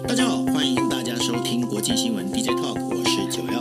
大家好，欢迎大家收听国际新闻 DJ Talk， 我是91。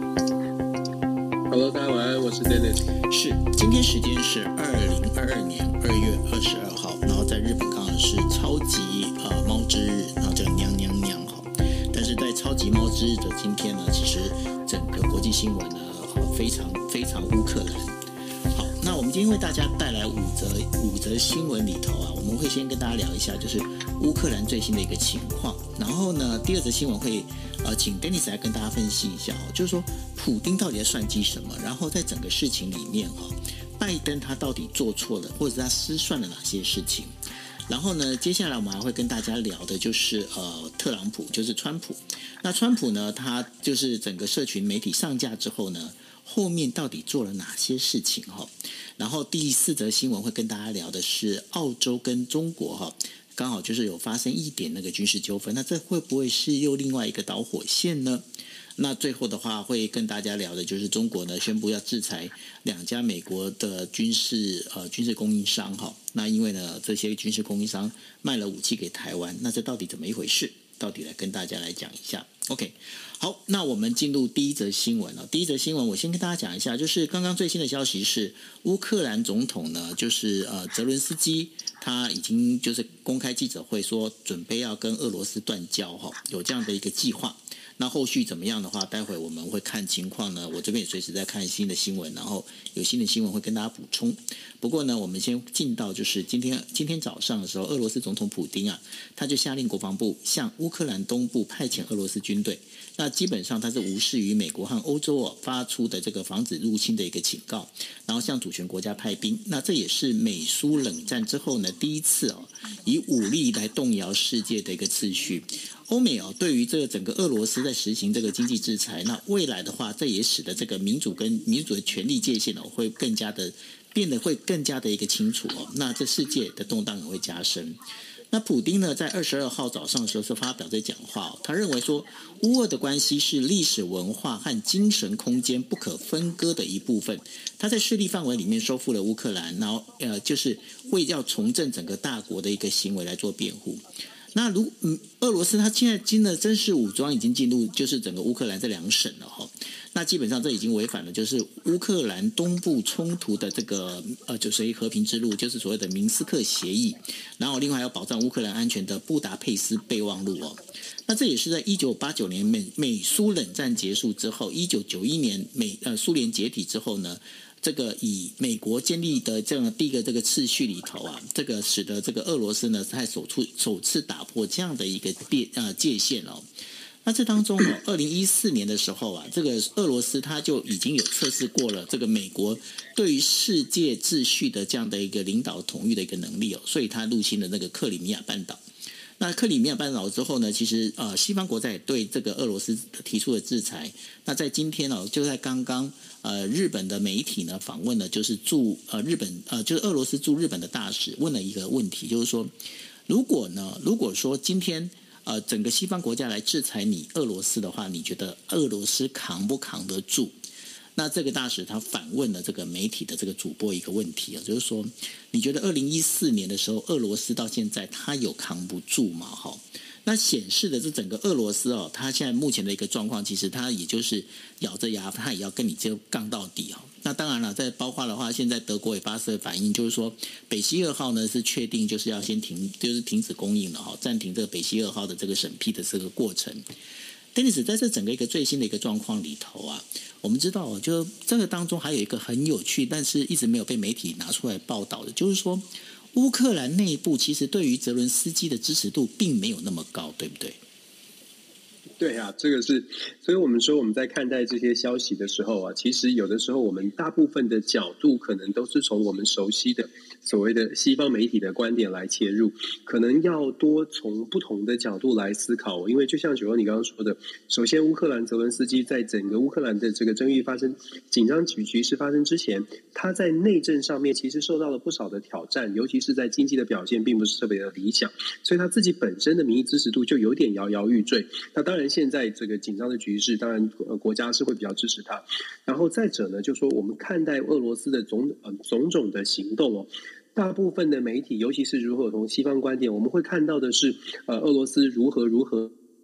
Hello， 大家晚安，我是 Dennis。 是，今天时间是2022年2月22号，然后在日本刚好是超级猫之日，然后叫娘娘娘哈。但是在超级猫之日的今天呢，其实整个国际新闻呢非常非常乌克兰。好，那我们今天为大家带来五则新闻里头啊，我们会先跟大家聊一下就是乌克兰最新的一个情况，然后呢，第二则新闻会请 Dennis 来跟大家分析一下就是说普丁到底在算计什么，然后在整个事情里面拜登他到底做错了，或者他失算了哪些事情。然后呢，接下来我们还会跟大家聊的就是特朗普，就是川普。那川普呢，他就是整个社群媒体上架之后呢，后面到底做了哪些事情然后第四则新闻会跟大家聊的是澳洲跟中国刚好就是有发生一点那个军事纠纷，那这会不会是又另外一个导火线呢？那最后的话会跟大家聊的就是中国呢宣布要制裁2家美国的军事供应商那因为呢这些军事供应商卖了武器给台湾，那这到底怎么一回事？到底来跟大家来讲一下。OK， 好，那我们进入第一则新闻第一则新闻我先跟大家讲一下，就是刚刚最新的消息是乌克兰总统呢就是泽伦斯基他已经就是公开记者会说准备要跟俄罗斯断交有这样的一个计划。那后续怎么样的话，待会我们会看情况呢。我这边也随时在看新的新闻，然后有新的新闻会跟大家补充。不过呢，我们先进到就是今天早上的时候，俄罗斯总统普丁他就下令国防部向乌克兰东部派遣俄罗斯军队。那基本上他是无视于美国和欧洲发出的这个防止入侵的一个警告，然后向主权国家派兵。那这也是美苏冷战之后呢第一次以武力来动摇世界的一个秩序。欧美对于这个整个俄罗斯在实行这个经济制裁，那未来的话，这也使得这个民主的权力界限会变得会更加的一个清楚那这世界的动荡也会加深。那普丁呢，在22号早上的时候是发表这讲话他认为说乌俄的关系是历史文化和精神空间不可分割的一部分。他在势力范围里面收复了乌克兰，然后就是会要重振整个大国的一个行为来做辩护。那俄罗斯他现在经了正式武装已经进入就是整个乌克兰这2省了那基本上这已经违反了就是乌克兰东部冲突的这个就是和平之路，就是所谓的明斯克协议，然后另外还要保障乌克兰安全的布达佩斯备忘录那这也是在1989年美苏冷战结束之后，1991年苏联解体之后呢，这个以美国建立的这样第一个这个次序里头这个使得这个俄罗斯呢才首次打破这样的一个界限那这当中2014年的时候这个俄罗斯它就已经有测试过了这个美国对于世界秩序的这样的一个领导统御的一个能力所以它入侵了那个克里米亚半岛。那克里米亚半岛之后呢，其实西方国家也对这个俄罗斯提出了制裁。那在今天就在刚刚日本的媒体呢访问了就是就是俄罗斯驻日本的大使，问了一个问题，就是说如果说今天整个西方国家来制裁你俄罗斯的话，你觉得俄罗斯扛不扛得住？那这个大使他反问了这个媒体的这个主播一个问题就是说你觉得2014年的时候俄罗斯到现在他有扛不住吗那显示的这整个俄罗斯他现在目前的一个状况，其实他也就是咬着牙他也要跟你这杠到底那当然了，在包括的话，现在德国也发生反应，就是说北溪2号呢是确定就是要先停止供应了暂停这个北溪2号的这个审批的这个过程。Dennis 在这整个一个最新的一个状况里头我们知道就这个当中还有一个很有趣但是一直没有被媒体拿出来报道的，就是说乌克兰内部其实对于泽伦斯基的支持度并没有那么高，对不对？ 对这个是，所以我们说我们在看待这些消息的时候其实有的时候我们大部分的角度可能都是从我们熟悉的所谓的西方媒体的观点来切入，可能要多从不同的角度来思考因为就像90你刚刚说的，首先乌克兰泽伦斯基在整个乌克兰的这个争议发生紧张局势发生之前，他在内政上面其实受到了不少的挑战，尤其是在经济的表现并不是特别的理想，所以他自己本身的民意支持度就有点摇摇欲坠。那当然现在这个紧张的局势，当然国家是会比较支持他。然后再者呢，就说我们看待俄罗斯的种种的行动大部分的媒体，尤其是如果从西方观点，我们会看到的是俄罗斯如何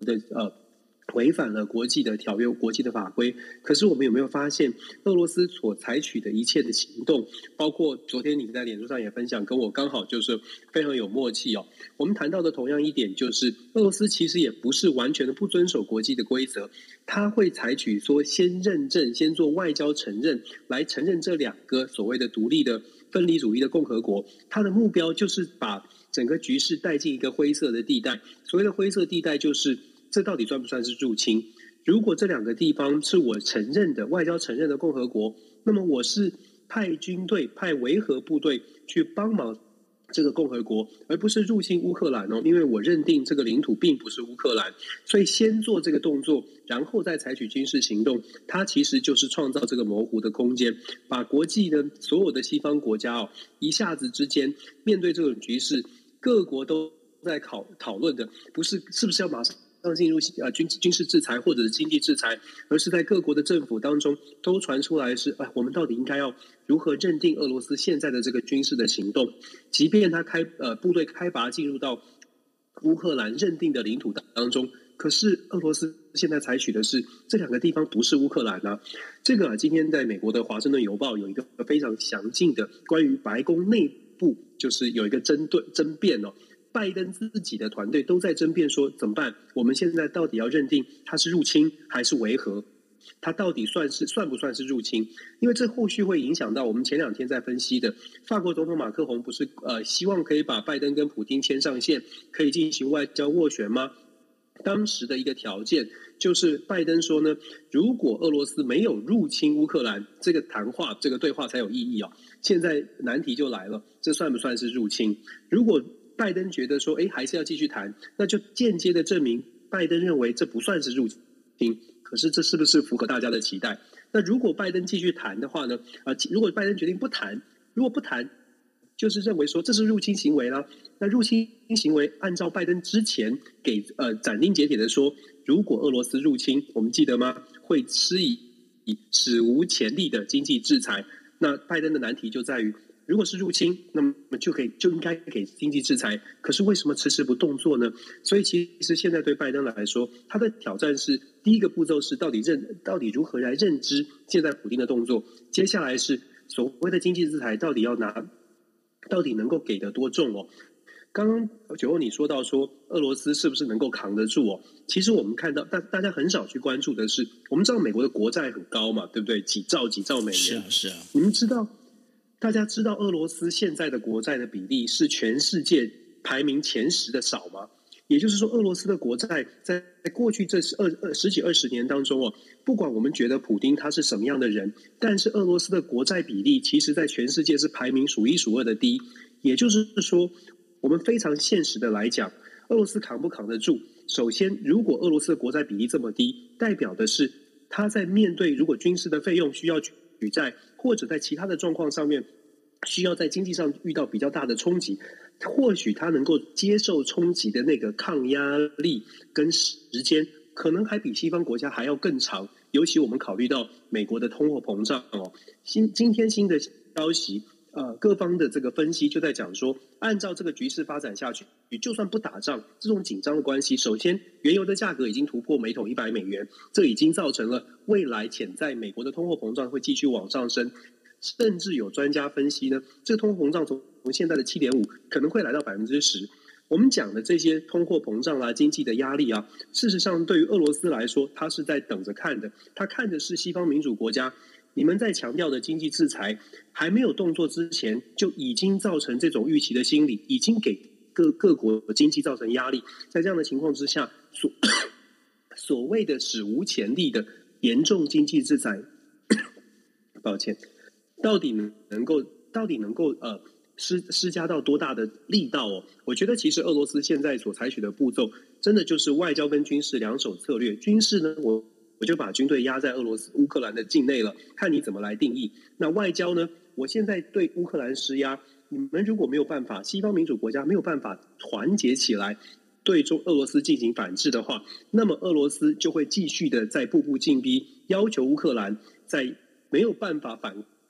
的违反了国际的条约、国际的法规。可是我们有没有发现，俄罗斯所采取的一切的行动，包括昨天你在脸书上也分享，跟我刚好就是非常有默契哦。我们谈到的同样一点就是，俄罗斯其实也不是完全的不遵守国际的规则，他会采取说先认证、先做外交承认，来承认这两个所谓的独立的分离主义的共和国。他的目标就是把整个局势带进一个灰色的地带。所谓的灰色地带就是这到底算不算是入侵？如果这两个地方是我承认的外交承认的共和国，那么我是派军队、派维和部队去帮忙这个共和国，而不是入侵乌克兰哦。因为我认定这个领土并不是乌克兰，所以先做这个动作，然后再采取军事行动，它其实就是创造这个模糊的空间，把国际的所有的西方国家一下子之间面对这种局势，各国都在讨论的不是是不是要马上进入军事制裁或者是经济制裁，而是在各国的政府当中都传出来是我们到底应该要如何认定俄罗斯现在的这个军事的行动，即便他部队开拔进入到乌克兰认定的领土当中，可是俄罗斯现在采取的是这两个地方不是乌克兰啊。这个今天在美国的华盛顿邮报有一个非常详尽的关于白宫内部就是有一个争辩哦。拜登自己的团队都在争辩说怎么办？我们现在到底要认定它是入侵还是维和？它到底算不算是入侵？因为这后续会影响到我们前2天在分析的法国总统马克宏不是希望可以把拜登跟普丁牵上线，可以进行外交斡旋吗？当时的一个条件就是拜登说呢，如果俄罗斯没有入侵乌克兰，这个谈话这个对话才有意义啊。现在难题就来了，这算不算是入侵？如果拜登觉得说还是要继续谈，那就间接的证明拜登认为这不算是入侵。可是这是不是符合大家的期待？那如果拜登继续谈的话呢？如果拜登决定不谈，如果不谈，就是认为说这是入侵行为啦。那入侵行为按照拜登之前给斩钉截铁的说，如果俄罗斯入侵，我们记得吗？会施以史无前例的经济制裁。那拜登的难题就在于，如果是入侵，那么就应该给经济制裁。可是为什么迟迟不动作呢？所以其实现在对拜登来说，他的挑战是第一个步骤是到底如何来认知现在普丁的动作，接下来是所谓的经济制裁到底能够给得多重哦。刚刚九欧你说到说俄罗斯是不是能够扛得住哦？其实我们看到大家很少去关注的是，我们知道美国的国债很高嘛，对不对？几兆美元。 是啊。 大家知道俄罗斯现在的国债的比例是全世界排名前10的少吗？也就是说，俄罗斯的国债在过去这十几20年当中哦，不管我们觉得普丁他是什么样的人，但是俄罗斯的国债比例其实在全世界是排名数1数2的低。也就是说，我们非常现实的来讲，俄罗斯扛不扛得住？首先，如果俄罗斯的国债比例这么低，代表的是他在面对如果军事的费用需要举债，或者在其他的状况上面需要在经济上遇到比较大的冲击，或许他能够接受冲击的那个抗压力跟时间，可能还比西方国家还要更长。尤其我们考虑到美国的通货膨胀哦，今天新的消息。各方的这个分析就在讲说，按照这个局势发展下去，就算不打仗，这种紧张的关系，首先原油的价格已经突破每桶100美元，这已经造成了未来潜在美国的通货膨胀会继续往上升，甚至有专家分析呢，这个通货膨胀从现在的7.5%可能会来到10%。我们讲的这些通货膨胀经济的压力事实上对于俄罗斯来说，他是在等着看的，他看的是西方民主国家。你们在强调的经济制裁还没有动作之前，就已经造成这种预期的心理，已经给各国的经济造成压力。在这样的情况之下，所谓的史无前例的严重经济制裁，抱歉，到底能够施加到多大的力道哦？我觉得其实俄罗斯现在所采取的步骤，真的就是外交跟军事两手策略。军事呢，我就把军队压在乌克兰的境内了，看你怎么来定义。那外交呢？我现在对乌克兰施压，你们如果没有办法，西方民主国家没有办法团结起来，对俄罗斯进行反制的话，那么俄罗斯就会继续的在步步进逼，要求乌克兰在没有办法反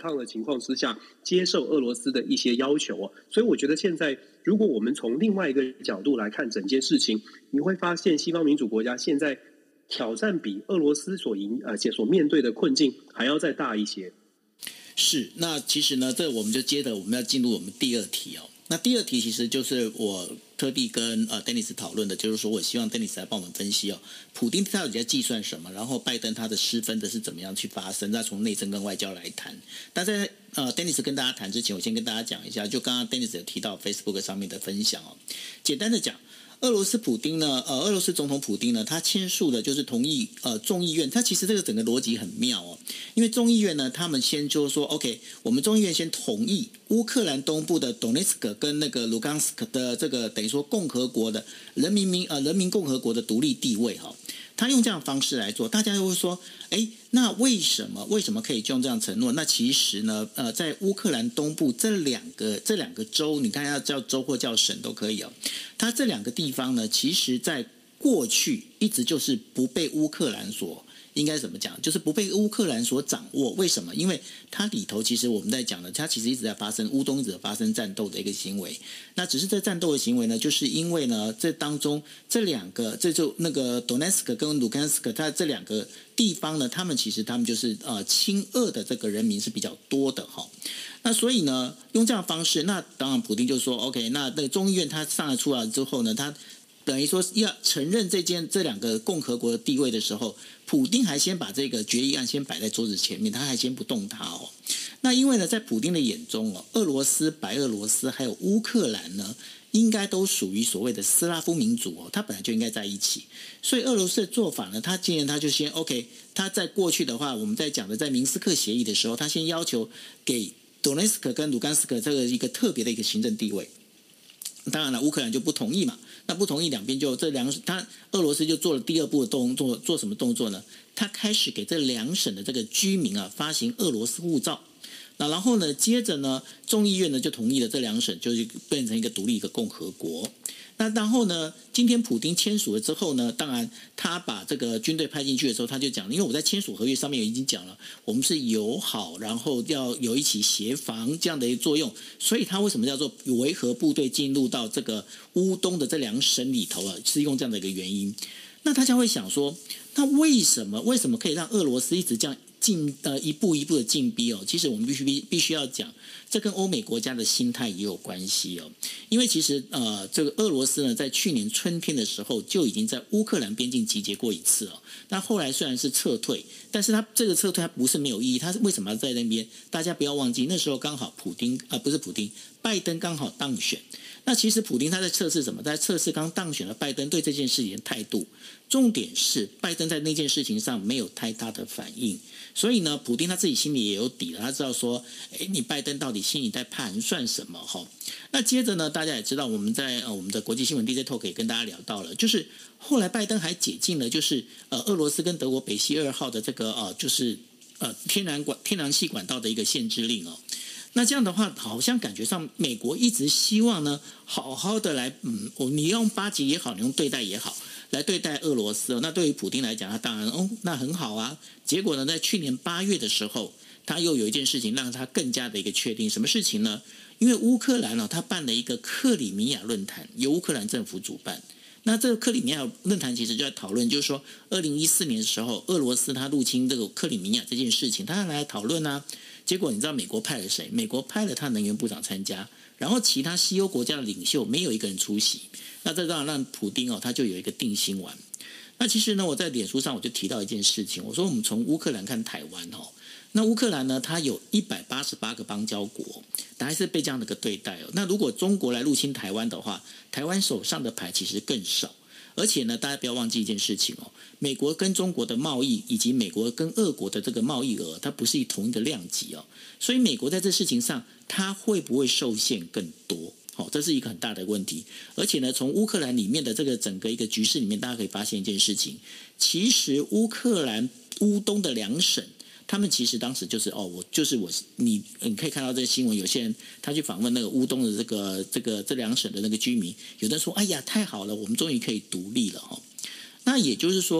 抗的情况之下，接受俄罗斯的一些要求哦。所以我觉得现在，如果我们从另外一个角度来看整件事情，你会发现西方民主国家现在挑战比俄罗斯所面对的困境还要再大一些。 是，那其实呢，这我们就接着我们要进入我们第二题哦。那第二题其实就是我特地跟Dennis 讨论的，就是说我希望 Dennis 来帮我们分析哦，普丁他到底在计算什么，然后拜登他的失分的是怎么样去发生，那从内政跟外交来谈。但在Dennis 跟大家谈之前，我先跟大家讲一下，就刚刚 Dennis 有提到 Facebook 上面的分享哦，简单的讲。俄罗斯总统普丁呢，他签署的就是同意众议院，他其实这个整个逻辑很妙哦，因为众议院呢，他们先就说 OK， 我们众议院先同意乌克兰东部的 Donetsk 跟那个卢甘斯克的这个等于说共和国的人民共和国的独立地位哈。他用这样的方式来做，大家就会说，那为什么可以用这样承诺？那其实呢，在乌克兰东部这两个州，你看要叫州或叫省都可以哦。它这两个地方呢，其实在过去一直就是不被乌克兰所。应该怎么讲？就是不被乌克兰所掌握。为什么？因为它里头其实我们在讲的，它其实一直在发生乌东一直在发生战斗的一个行为。那只是这战斗的行为呢，就是因为呢，这当中这就那个 Donetsk 跟 Lugansk 它这两个地方呢，他们就是亲俄的这个人民是比较多的哈。那所以呢，用这样的方式，那当然普丁就说 OK， 那个众议院他上来出来之后呢，他等于说要承认这两个共和国的地位的时候，普丁还先把这个决议案先摆在桌子前面，他还先不动它哦。那因为呢，在普丁的眼中哦，俄罗斯、白俄罗斯还有乌克兰呢，应该都属于所谓的斯拉夫民族哦，它本来就应该在一起。所以俄罗斯的做法呢，他既然他就先 OK， 他在过去的话，我们在讲的在明斯克协议的时候，他先要求给 Donetsk 跟卢甘斯克这个一个特别的一个行政地位。当然了，乌克兰就不同意嘛。那不同意，两边就俄罗斯就做了第二步的动作，做什么动作呢？他开始给这两省的这个居民发行俄罗斯护照。那然后呢，接着呢，众议院呢就同意了这两省就是变成一个独立一个共和国。那然后呢，今天普丁签署了之后呢，当然他把这个军队派进去的时候，他就讲，因为我在签署合约上面已经讲了，我们是友好，然后要有一起协防这样的一个作用，所以他为什么叫做维和部队进入到这个乌东的这两省里头是用这样的一个原因。那大家会想说，那为什么可以让俄罗斯一直这样一步一步的进逼哦？其实我们必须要讲，这跟欧美国家的心态也有关系哦。因为其实这个俄罗斯呢，在去年春天的时候就已经在乌克兰边境集结过一次哦。那后来虽然是撤退，但是他这个撤退他不是没有意义，他是为什么要在那边？大家不要忘记，那时候刚好拜登刚好当选。那其实普丁他在测试什么？在测试刚当选的拜登对这件事情的态度。重点是拜登在那件事情上没有太大的反应，所以呢，普丁他自己心里也有底了，他知道说，你拜登到底心里在盘算什么哈？那接着呢，大家也知道，我们在我们的国际新闻 DJ Talk 也跟大家聊到了，就是后来拜登还解禁了，就是俄罗斯跟德国北溪2号的这个就是天然气管道的一个限制令哦。那这样的话，好像感觉上美国一直希望呢，好好的来，你用巴结也好，你用对待也好，来对待俄罗斯哦。那对于普丁来讲，他当然那很好啊。结果呢，在去年8月的时候，他又有一件事情让他更加的一个确定，什么事情呢？因为乌克兰他办了一个克里米亚论坛，由乌克兰政府主办。那这个克里米亚论坛其实就在讨论，就是说2014年的时候，俄罗斯他入侵这个克里米亚这件事情，他来讨论啊。结果你知道美国派了谁？美国派了他能源部长参加，然后其他西欧国家的领袖没有一个人出席。那这当然让普丁他就有一个定心丸。那其实呢，我在脸书上我就提到一件事情，我说我们从乌克兰看台湾那乌克兰呢，它有188个邦交国，它还是被这样的一个对待那如果中国来入侵台湾的话，台湾手上的牌其实更少。而且呢，大家不要忘记一件事情美国跟中国的贸易以及美国跟俄国的这个贸易额，它不是同一个量级所以美国在这事情上，它会不会受限更多？这是一个很大的问题。而且呢，从乌克兰里面的这个整个一个局势里面，大家可以发现一件事情，其实乌克兰乌东的两省，他们其实当时就是你可以看到这个新闻，有些人他去访问那个乌东的这两省的那个居民，有的人说，哎呀，太好了，我们终于可以独立了那也就是说，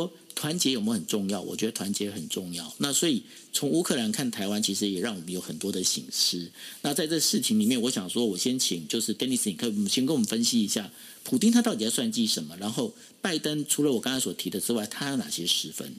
团结有没有很重要？我觉得团结很重要。那所以从乌克兰看台湾，其实也让我们有很多的省思。那在这事情里面，我想说，我先请就是 Dennis， 你可以先跟我们分析一下，普丁他到底在算计什么？然后拜登除了我刚才所提的之外，他有哪些失分？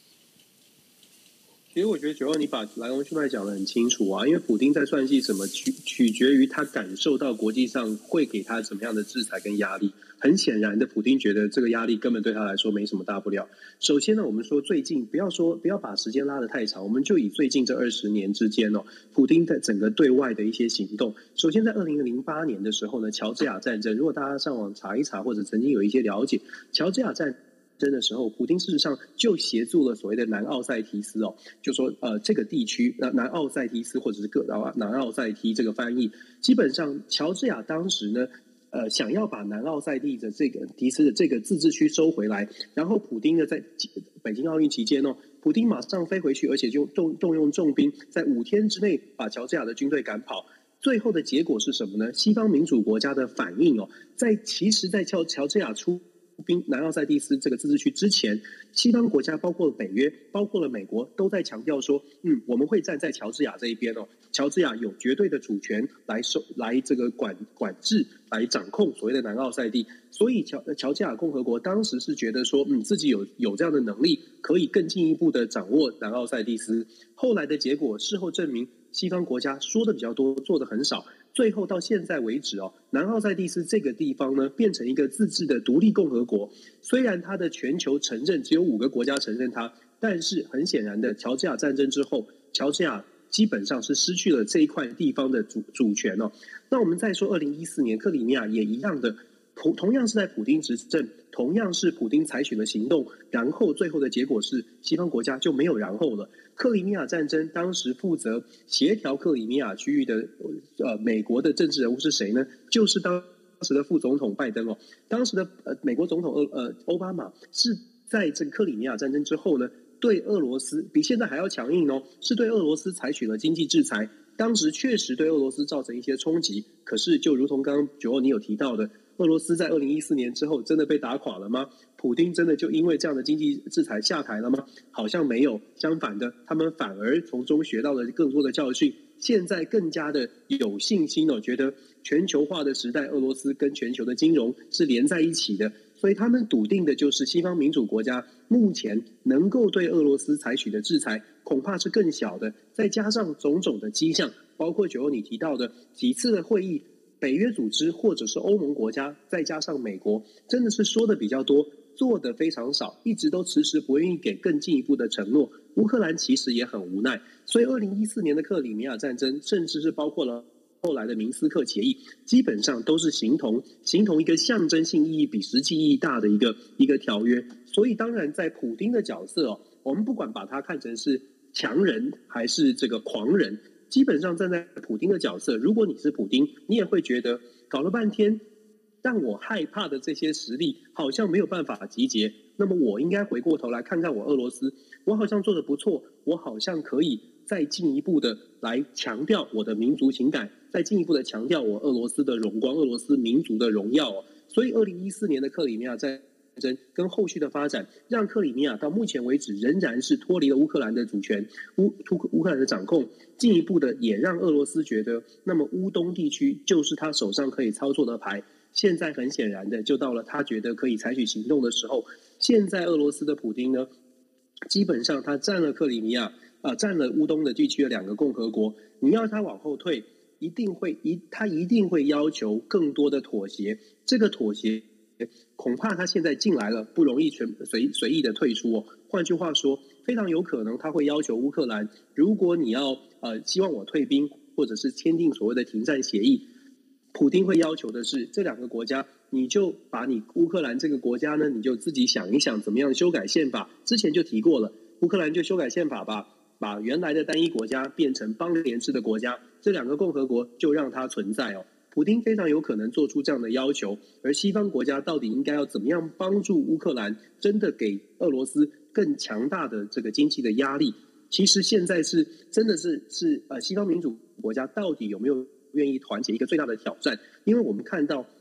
其实我觉得9号你把来龙去脉讲得很清楚啊，因为普丁在算计什么，取决于他感受到国际上会给他怎么样的制裁跟压力。很显然的，普丁觉得这个压力根本对他来说没什么大不了。首先呢，我们说最近不要把时间拉得太长，我们就以最近这20年之间哦，普丁的整个对外的一些行动。首先在2008年的时候呢，乔治亚战争，如果大家上网查一查，或者曾经有一些了解，乔治亚战争的时候，普丁事实上就协助了所谓的南奥塞梯斯哦，就说这个地区南奥塞梯斯或者是南奥塞梯这个翻译，基本上乔治亚当时呢。想要把南奥塞梯的这个提斯的这个自治区收回来，然后普丁呢在北京奥运期间普丁马上飞回去，而且就动用重兵，在5天之内把乔治亚的军队赶跑。最后的结果是什么呢？西方民主国家的反应其实在乔治亚出兵南奥塞梯斯这个自治区之前，西方国家包括北约、包括了美国，都在强调说，我们会站在乔治亚这一边乔治亚有绝对的主权来这个管制、来掌控所谓的南奥塞梯。所以乔治亚共和国当时是觉得说，自己有这样的能力，可以更进一步的掌握南奥塞梯斯。后来的结果，事后证明，西方国家说的比较多，做的很少。最后到现在为止南奥塞梯斯这个地方呢，变成一个自治的独立共和国。虽然它的全球承认只有5个国家承认它，但是很显然的，乔治亚战争之后，乔治亚基本上是失去了这一块地方的主权那我们再说2014年克里米亚也一样的，同样是在普丁执政，同样是普丁采取了行动，然后最后的结果是西方国家就没有然后了。克里米亚战争当时负责协调克里米亚区域的美国的政治人物是谁呢？就是当时的副总统拜登当时的美国总统奥巴马是在这个克里米亚战争之后呢，对俄罗斯比现在还要强硬是对俄罗斯采取了经济制裁。当时确实对俄罗斯造成一些冲击，可是就如同刚刚9号你有提到的，俄罗斯在2014年之后真的被打垮了吗？普丁真的就因为这样的经济制裁下台了吗？好像没有，相反的，他们反而从中学到了更多的教训，现在更加的有信心觉得全球化的时代，俄罗斯跟全球的金融是连在一起的，所以他们笃定的就是西方民主国家目前能够对俄罗斯采取的制裁恐怕是更小的，再加上种种的迹象，包括9号你提到的几次的会议，北约组织或者是欧盟国家，再加上美国，真的是说的比较多，做的非常少，一直都迟迟不愿意给更进一步的承诺。乌克兰其实也很无奈，所以2014年的克里米亚战争，甚至是包括了后来的明斯克协议，基本上都是形同一个象征性意义比实际意义大的一个条约。所以当然在普丁的角色我们不管把它看成是强人还是这个狂人，基本上站在普丁的角色，如果你是普丁，你也会觉得搞了半天让我害怕的这些实力好像没有办法集结，那么我应该回过头来看看我俄罗斯，我好像做得不错，我好像可以再进一步的来强调我的民族情感，再进一步的强调我俄罗斯的荣光，俄罗斯民族的荣耀所以2014年的克里米亚战争跟后续的发展，让克里米亚到目前为止仍然是脱离了乌克兰的主权，乌克兰的掌控，进一步的也让俄罗斯觉得，那么乌东地区就是他手上可以操作的牌。现在很显然的，就到了他觉得可以采取行动的时候。现在俄罗斯的普丁呢，基本上他占了克里米亚，占了乌东的地区的2个共和国。你要他往后退，他一定会要求更多的妥协。这个妥协恐怕他现在进来了，不容易随意的退出换句话说，非常有可能他会要求乌克兰，如果你要希望我退兵，或者是签订所谓的停战协议，普丁会要求的是这2个国家，你就把你乌克兰这个国家呢，你就自己想一想怎么样修改宪法。之前就提过了，乌克兰就修改宪法吧，把原来的单一国家变成邦联制的国家，这2个共和国就让它存在普丁非常有可能做出这样的要求，而西方国家到底应该要怎么样帮助乌克兰，真的给俄罗斯更强大的这个经济的压力？其实现在真的是西方民主国家到底有没有愿意团结一个最大的挑战？因为我们看到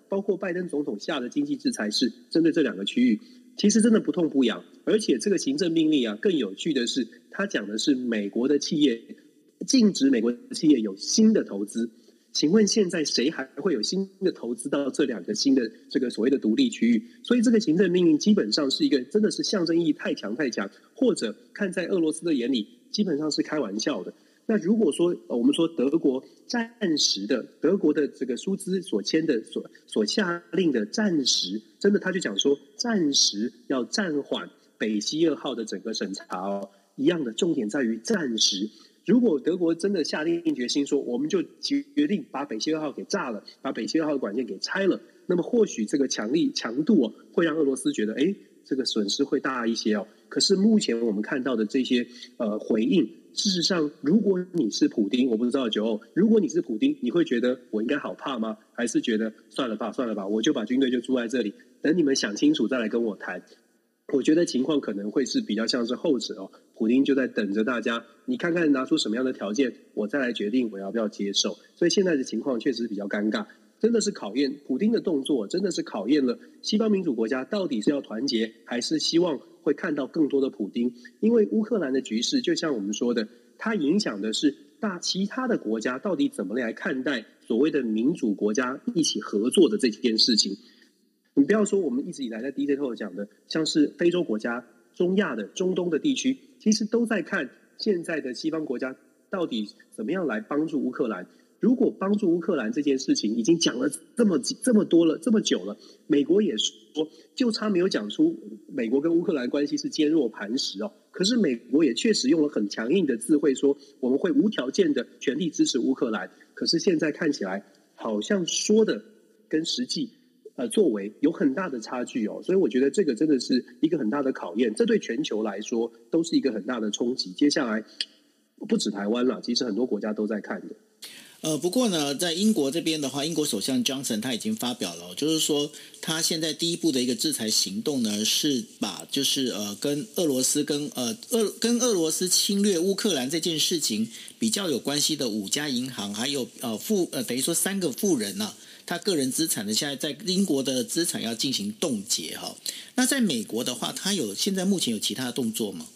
包括拜登总统下的经济制裁是针对这2个区域，其实真的不痛不痒。而且这个行政命令啊，更有趣的是，他讲的是美国的企业禁止美国的企业有新的投资。请问现在谁还会有新的投资到这2个新的这个所谓的独立区域？所以这个行政命令基本上是一个真的是象征意义太强，或者看在俄罗斯的眼里，基本上是开玩笑的。那如果说我们说德国的这个舒兹所签的所下令的暂时，真的他就讲说暂时要暂缓北溪2号的整个审查哦，一样的重点在于暂时。如果德国真的下定决心说，我们就决定把北溪2号给炸了，把北溪2号的管线给拆了，那么或许这个强度会让俄罗斯觉得，这个损失会大一些哦。可是目前我们看到的这些回应，事实上，如果你是普丁，我不知道9如果你是普丁，你会觉得我应该好怕吗？还是觉得算了吧，我就把军队就驻在这里，等你们想清楚再来跟我谈？我觉得情况可能会是比较像是后者哦，普丁就在等着大家，你看看拿出什么样的条件，我再来决定我要不要接受。所以现在的情况确实比较尴尬，真的是考验普丁的动作，真的是考验了西方民主国家到底是要团结，还是希望会看到更多的普丁。因为乌克兰的局势，就像我们说的，它影响的是其他的国家到底怎么来看待所谓的民主国家一起合作的这件事情。你不要说我们一直以来在 DJ Talk 讲的，像是非洲国家、中亚的、中东的地区，其实都在看现在的西方国家到底怎么样来帮助乌克兰。如果帮助乌克兰这件事情已经讲了这么多了，这么久了，美国也说，就差没有讲出美国跟乌克兰关系是坚若磐石哦。可是美国也确实用了很强硬的智慧说，我们会无条件的全力支持乌克兰。可是现在看起来，好像说的跟实际作为有很大的差距哦，所以我觉得这个真的是一个很大的考验，这对全球来说都是一个很大的冲击。接下来不止台湾了，其实很多国家都在看的。 不过呢，在英国这边的话，英国首相 Johnson 他已经发表了，就是说他现在第一步的一个制裁行动呢，是把就是跟俄罗斯跟俄罗斯侵略乌克兰这件事情比较有关系的5家银行，还有等于说3个富人啊，他个人资产呢，现在在英国的资产要进行冻结哈。那在美国的话，他现在目前有其他的动作吗？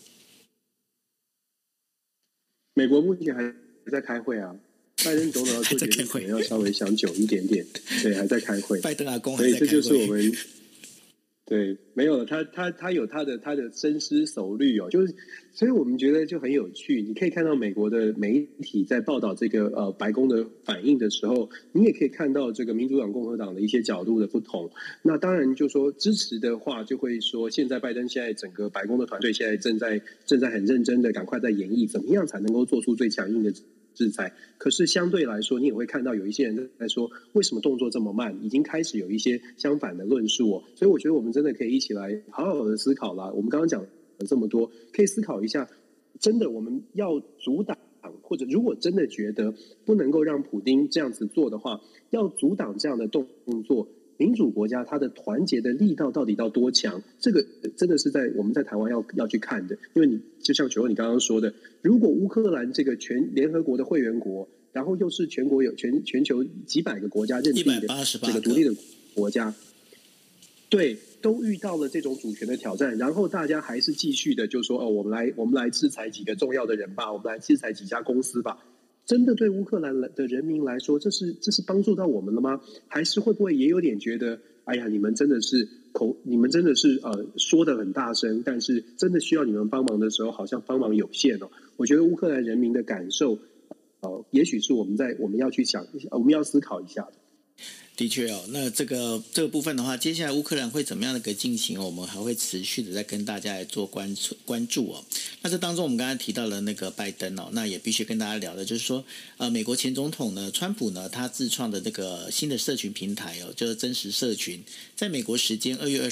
美国目前还在开会啊。拜登总统要做决定，可能要稍微想久一点点，对，还在开会。 拜登阿公还在开会， 所以这就是我们对没有了。他有他的深思熟虑哦，就是，所以我们觉得就很有趣。你可以看到美国的媒体在报道这个白宫的反应的时候，你也可以看到这个民主党、共和党的一些角度的不同。那当然就说支持的话，就会说现在拜登现在整个白宫的团队现在正在很认真的赶快在演绎怎么样才能够做出最强硬的制裁。可是相对来说，你也会看到有一些人在说，为什么动作这么慢？已经开始有一些相反的论述哦。所以我觉得我们真的可以一起来好好的思考啦。我们刚刚讲了这么多，可以思考一下，真的我们要阻挡，或者如果真的觉得不能够让普丁这样子做的话，要阻挡这样的动作，民主国家它的团结的力道到底到多强？这个真的是我们在台湾要去看的，因为你就像9你刚刚说的，如果乌克兰这个联合国的会员国，然后又是全球几百个国家认定的这个独立的国家，对，都遇到了这种主权的挑战，然后大家还是继续的就说我们来制裁几个重要的人吧，我们来制裁几家公司吧。真的对乌克兰的人民来说，这是帮助到我们了吗？还是会不会也有点觉得，哎呀，你们真的是说得很大声，但是真的需要你们帮忙的时候，好像帮忙有限哦。我觉得乌克兰人民的感受，也许是我们要去想一下，我们要思考一下的。 的确哦，那这个部分的话，接下来乌克兰会怎么样的一个进行，我们还会持续的再跟大家来做关注哦。那这当中我们刚才提到了那个拜登哦，那也必须跟大家聊的就是说，美国前总统呢，川普呢，他自创的这个新的社群平台哦，就是真实社群，在美国时间2月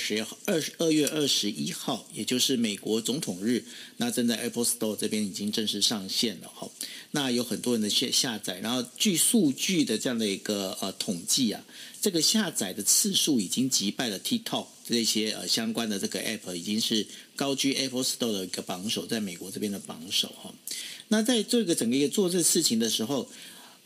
21号，也就是美国总统日，那正在 Apple Store 这边已经正式上线了哈。那有很多人的下载，然后据数据的这样的一个统计啊，这个下载的次数已经击败了 TikTok 这些相关的这个 App， 已经是高居 Apple Store 的一个榜首，在美国这边的榜首哈。那在这个整个做这事情的时候，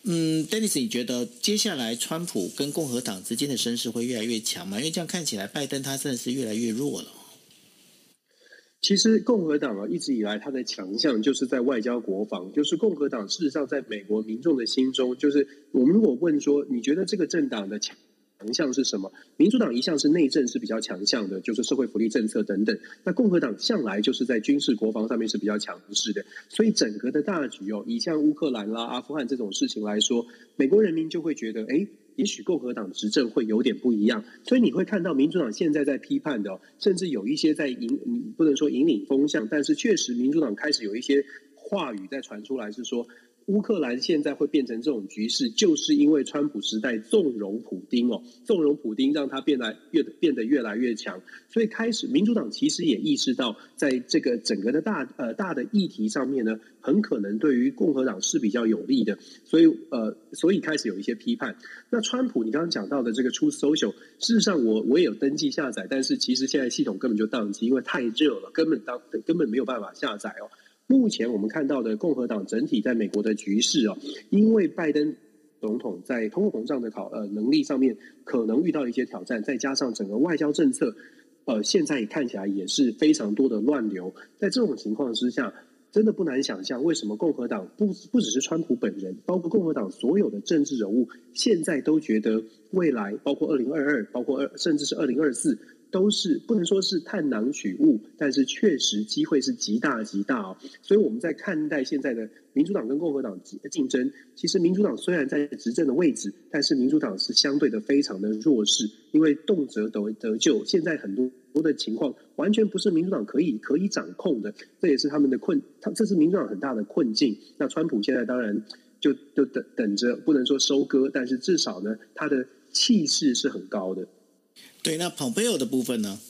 Dennis， 你觉得接下来川普跟共和党之间的声势会越来越强吗？因为这样看起来，拜登他真的是越来越弱了。 其实共和党一直以来它的强项就是在外交国防，就是共和党事实上在美国民众的心中，就是我们如果问说，你觉得这个政党的强项是什么？民主党一向是内政是比较强项的，就是社会福利政策等等。那共和党向来就是在军事国防上面是比较强势的，所以整个的大局以像乌克兰啦、阿富汗这种事情来说，美国人民就会觉得，也许共和党执政会有点不一样，所以你会看到民主党现在在批判的，甚至有一些在不能说引领风向，但是确实民主党开始有一些话语在传出来，是说乌克兰现在会变成这种局势，就是因为川普时代纵容普丁纵容普丁让他变得越来越强，所以开始民主党其实也意识到，在这个整个的大的议题上面呢，很可能对于共和党是比较有利的，所以开始有一些批判。那川普你刚刚讲到的这个 Truth Social， 事实上我也有登记下载，但是其实现在系统根本就宕机，因为太热了，根本没有办法下载目前我们看到的共和党整体在美国的局势因为拜登总统在通货膨胀的能力上面可能遇到一些挑战，再加上整个外交政策现在看起来也是非常多的乱流，在这种情况之下，真的不难想象为什么共和党不只是川普本人，包括共和党所有的政治人物，现在都觉得未来包括2022，包括甚至是2024。都是不能说是探囊取物，但是确实机会是极大极大所以我们在看待现在的民主党跟共和党竞争，其实民主党虽然在执政的位置，但是民主党是相对的非常的弱势，因为动辄得咎，现在很多的情况完全不是民主党可以掌控的，这也是他们的这是民主党很大的困境。那川普现在当然就等着，不能说收割，但是至少呢，他的气势是很高的。 对，那 Pompeo 的部分呢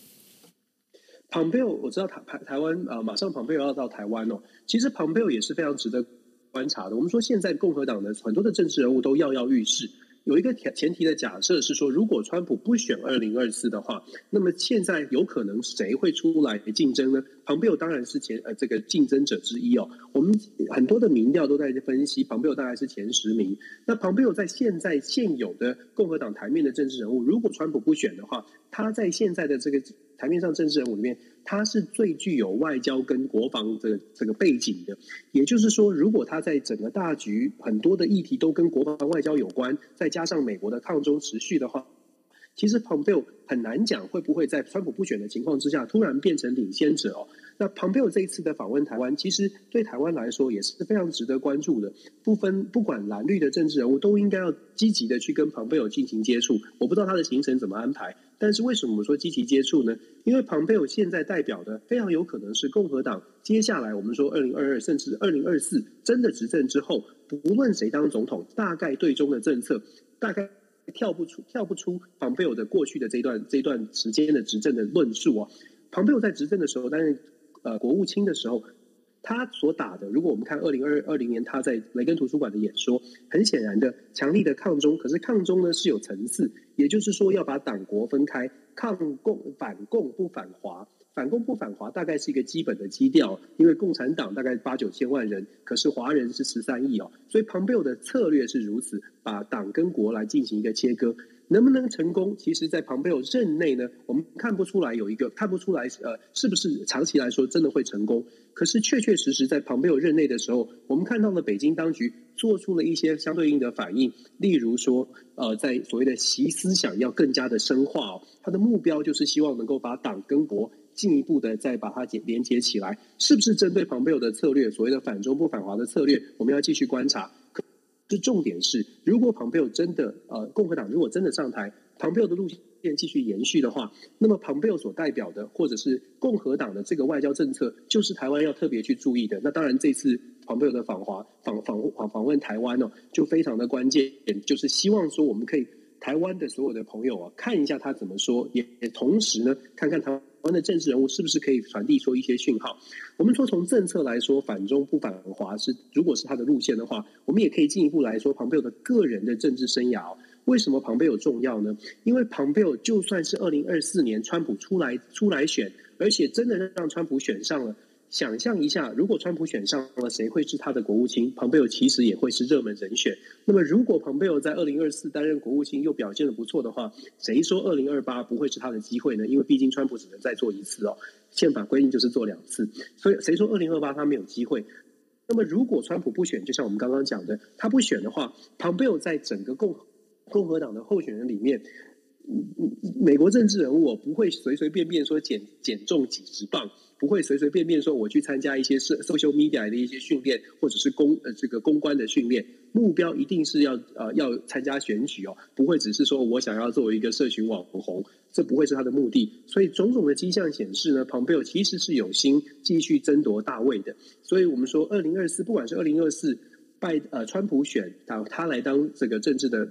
？Pompeo 我知道台湾马上 Pompeo 要到台湾其实 Pompeo 也是非常值得观察的。我们说现在共和党的很多的政治人物都跃跃欲试，有一个前提的假设是说，如果川普不选2024的话，那么现在有可能谁会出来竞争呢？Pompeo 当然是这个竞争者之一我们很多的民调都在分析Pompeo大概是前10名。那Pompeo在现有的共和党台面的政治人物，如果川普不选的话，他在现在的这个台面上政治人物里面，他是最具有外交跟国防的这个背景的。也就是说，如果他在整个大局很多的议题都跟国防外交有关，再加上美国的抗中持续的话，其实 Pompeo 很难讲会不会在川普不选的情况之下突然变成领先者那 Pompeo 这一次的访问台湾，其实对台湾来说也是非常值得关注的。不管蓝绿的政治人物都应该要积极的去跟 Pompeo 进行接触。我不知道他的行程怎么安排，但是为什么我们说积极接触呢？因为 Pompeo 现在代表的非常有可能是共和党接下来我们说2022甚至2024真的执政之后，不论谁当总统，大概对中的政策大概跳不出 Pompeo 的过去的这一段时间的执政的论述Pompeo 在执政的时候担任国务卿的时候，他所打的，如果我们看2020年他在雷根图书馆的演说，很显然的强力的抗中，可是抗中呢是有层次，也就是说要把党国分开，反共不反华。反共不反华大概是一个基本的基调，因为共产党大概8-9千万人，可是华人是13亿所以 Pompeo 的策略是如此，把党跟国来进行一个切割。能不能成功？其实，在Pompeo任内呢，我们看不出来是不是长期来说真的会成功。可是确实在Pompeo任内的时候，我们看到了北京当局做出了一些相对应的反应，例如说，在所谓的习思想要更加的深化他的目标就是希望能够把党跟国进一步的再把它连接起来，是不是针对Pompeo的策略，所谓的反中不反华的策略，我们要继续观察。重点是，如果Pompeo真的共和党如果真的上台，Pompeo的路线继续延续的话，那么Pompeo所代表的或者是共和党的这个外交政策，就是台湾要特别去注意的。那当然，这次Pompeo的访问台湾就非常的关键，就是希望说我们可以台湾的所有的朋友看一下他怎么说，也同时呢看看台湾的政治人物是不是可以传递出一些讯号。我们说从政策来说，反中不反华如果是他的路线的话，我们也可以进一步来说Pompeo的个人的政治生涯为什么Pompeo重要呢？因为Pompeo就算是2024年川普出来选，而且真的让川普选上了， 想象一下，如果川普选上了，谁会是他的国务卿？蓬佩奥其实也会是热门人选。那么，如果蓬佩奥在2024担任国务卿又表现得不错的话，谁说2028不会是他的机会呢？因为毕竟川普只能再做一次哦，宪法规定就是做2次，所以谁说2028他没有机会？那么，如果川普不选，就像我们刚刚讲的，他不选的话，蓬佩奥在整个共和党的候选人里面，美国政治人物不会随随便便说减重几十磅，不会随随便便说我去参加一些social media 的一些训练，或者是公关的训练，目标一定是要参加选举哦，不会只是说我想要作为一个社群网红，这不会是他的目的。所以种种的迹象显示呢，蓬佩奥其实是有心继续争夺大位的。所以我们说2024，不管是2024川普选他来当这个政治的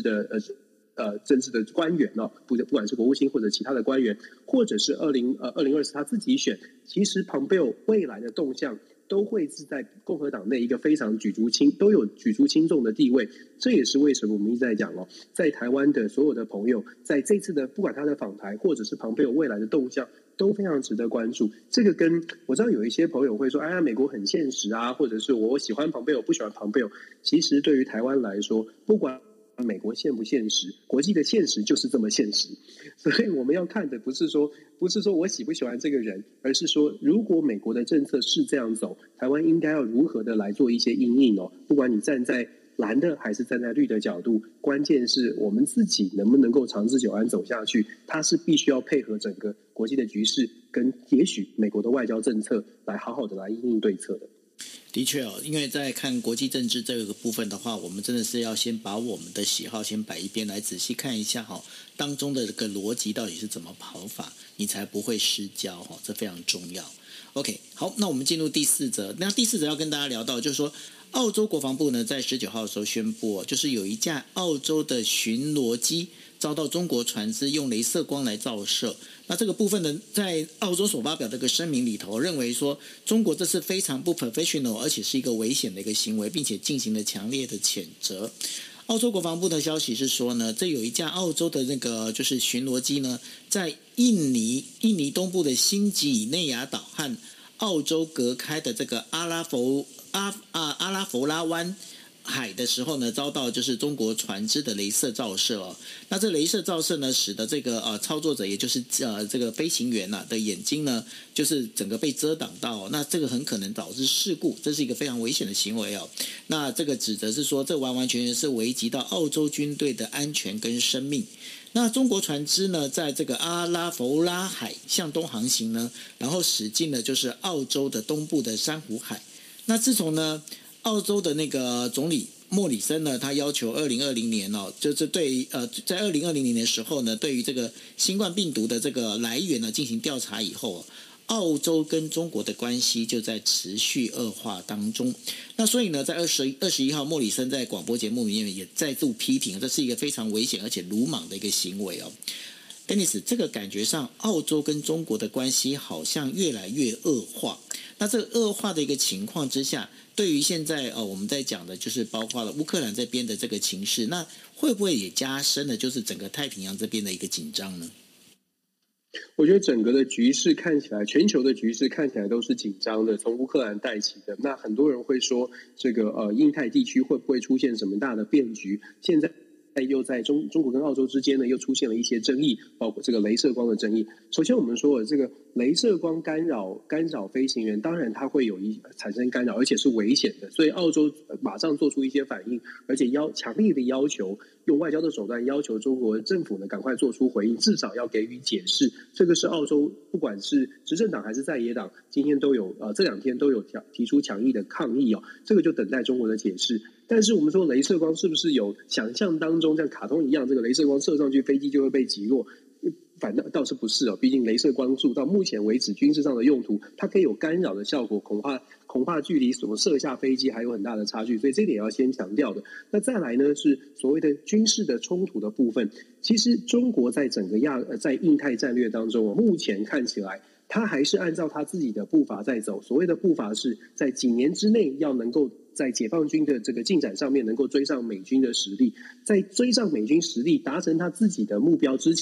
官员哦，不管是国务卿或者其他的官员，或者是2024他自己选，其实蓬佩奥未来的动向都会是在共和党内一个非常都有举足轻重的地位。这也是为什么我们一直在讲哦，在台湾的所有的朋友，在这次的不管他的访台或者是蓬佩奥未来的动向，都非常值得关注。这个跟我知道有一些朋友会说，哎呀，美国很现实啊，或者是我喜欢蓬佩奥，不喜欢蓬佩奥。其实对于台湾来说，不管美国现不现实，国际的现实就是这么现实。所以我们要看的不是说我喜不喜欢这个人，而是说如果美国的政策是这样走，台湾应该要如何的来做一些因应哦。不管你站在蓝的还是站在绿的角度，关键是我们自己能不能够长治久安走下去，它是必须要配合整个国际的局势跟也许美国的外交政策来好好的来因应对策的。 的确哦，因为在看国际政治这个部分的话，我们真的是要先把我们的喜好先摆一边，来仔细看一下当中的这个逻辑到底是怎么跑法，你才不会失焦这非常重要。OK， 好，那我们进入第4则。那第4则要跟大家聊到，就是说澳洲国防部呢在19号的时候宣布就是有一架澳洲的巡逻机遭到中国船只用雷射光来照射。那这个部分呢，在澳洲所发表的一个声明里头，认为说中国这是非常不 professional， 而且是一个危险的一个行为，并且进行了强烈的谴责。澳洲国防部的消息是说呢，这有一架澳洲的那个就是巡逻机呢，在印尼东部的新几内亚岛和澳洲隔开的这个阿拉弗拉湾海的时候呢，遭到就是中国船只的雷射照射哦。那这雷射照射呢，使得这个操作者，也就是这个飞行员的眼睛呢，就是整个被遮挡到那这个很可能导致事故，这是一个非常危险的行为哦。那这个指责是说，这完完全全是危及到澳洲军队的安全跟生命。那中国船只呢，在这个阿拉弗拉海向东航行呢，然后驶进了就是澳洲的东部的珊瑚海。那自从呢，澳洲的那个总理莫里森呢，他要求2020年就是在2020年的时候呢，对于这个新冠病毒的这个来源呢进行调查以后，澳洲跟中国的关系就在持续恶化当中。那所以呢，在21号，莫里森在广播节目里面也再度批评，这是一个非常危险而且鲁莽的一个行为哦。Dennis， 这个感觉上，澳洲跟中国的关系好像越来越恶化。那这个恶化的一个情况之下，对于现在我们在讲的就是包括了乌克兰这边的这个情势，那会不会也加深了就是整个太平洋这边的一个紧张呢？ 我觉得整个的局势看起来，全球的局势看起来都是紧张的，从乌克兰带起的。那很多人会说，这个印太地区会不会出现什么大的变局？现在又在中国跟澳洲之间呢，又出现了一些争议，包括这个雷射光的争议。首先，我们说这个雷射光干扰飞行员，当然它会产生干扰，而且是危险的。所以澳洲马上做出一些反应，而且强烈的要求，用外交的手段要求中国政府呢赶快做出回应，至少要给予解释。这个是澳洲不管是执政党还是在野党，今天都有这2天都有提出强硬的抗议哦。这个就等待中国的解释。但是我们说，雷射光是不是有想象当中像卡通一样，这个雷射光射上去，飞机就会被击落？反倒是不是哦，毕竟雷射光束到目前为止军事上的用途，它可以有干扰的效果，恐怕距离所射下飞机还有很大的差距，所以这点要先强调的。那再来呢，是所谓的军事的冲突的部分。其实中国在整个在印太战略当中，目前看起来，他还是按照他自己的步伐在走。所谓的步伐是在几年之内要能够在解放军的这个进展上面能够追上美军的实力，在追上美军实力达成他自己的目标之前，